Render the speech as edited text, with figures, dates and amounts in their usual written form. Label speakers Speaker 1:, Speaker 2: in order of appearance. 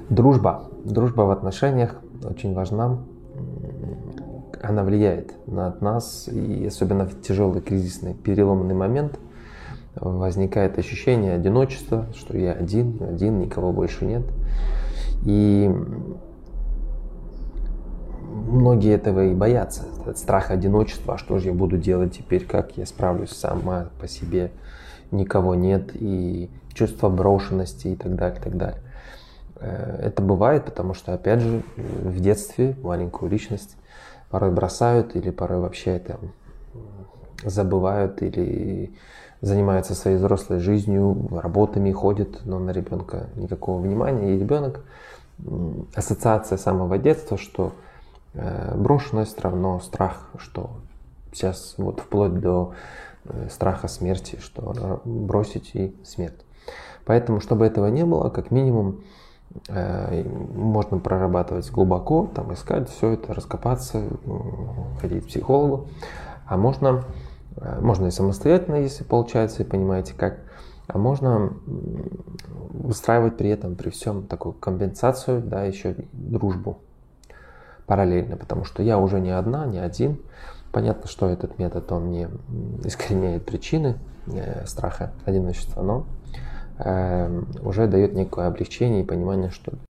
Speaker 1: Дружба. Дружба в отношениях очень важна. Она влияет на нас, и особенно в тяжелый кризисный переломный момент возникает ощущение одиночества, что я один, никого больше нет. И многие этого и боятся. Этот страх одиночества, а что же я буду делать теперь, как я справлюсь сама по себе, никого нет, и чувство брошенности и так далее, и так далее. Это бывает, потому что, опять же, в детстве маленькую личность порой бросают или порой вообще это забывают или занимаются своей взрослой жизнью, работами ходят, но на ребенка никакого внимания. И ребенок, ассоциация самого детства, что брошенность равно страх, что сейчас вот вплоть до страха смерти, что бросить и смерть. Поэтому, чтобы этого не было, как минимум, можно прорабатывать глубоко, там искать все это, раскопаться, ходить к психологу. А можно и самостоятельно, если получается, и понимаете как. А можно устраивать при этом, при всем такую компенсацию, да, еще дружбу параллельно, потому что я уже не одна, не один. Понятно, что этот метод, он не искореняет причины страха одиночества, но уже дает некое облегчение и понимание, что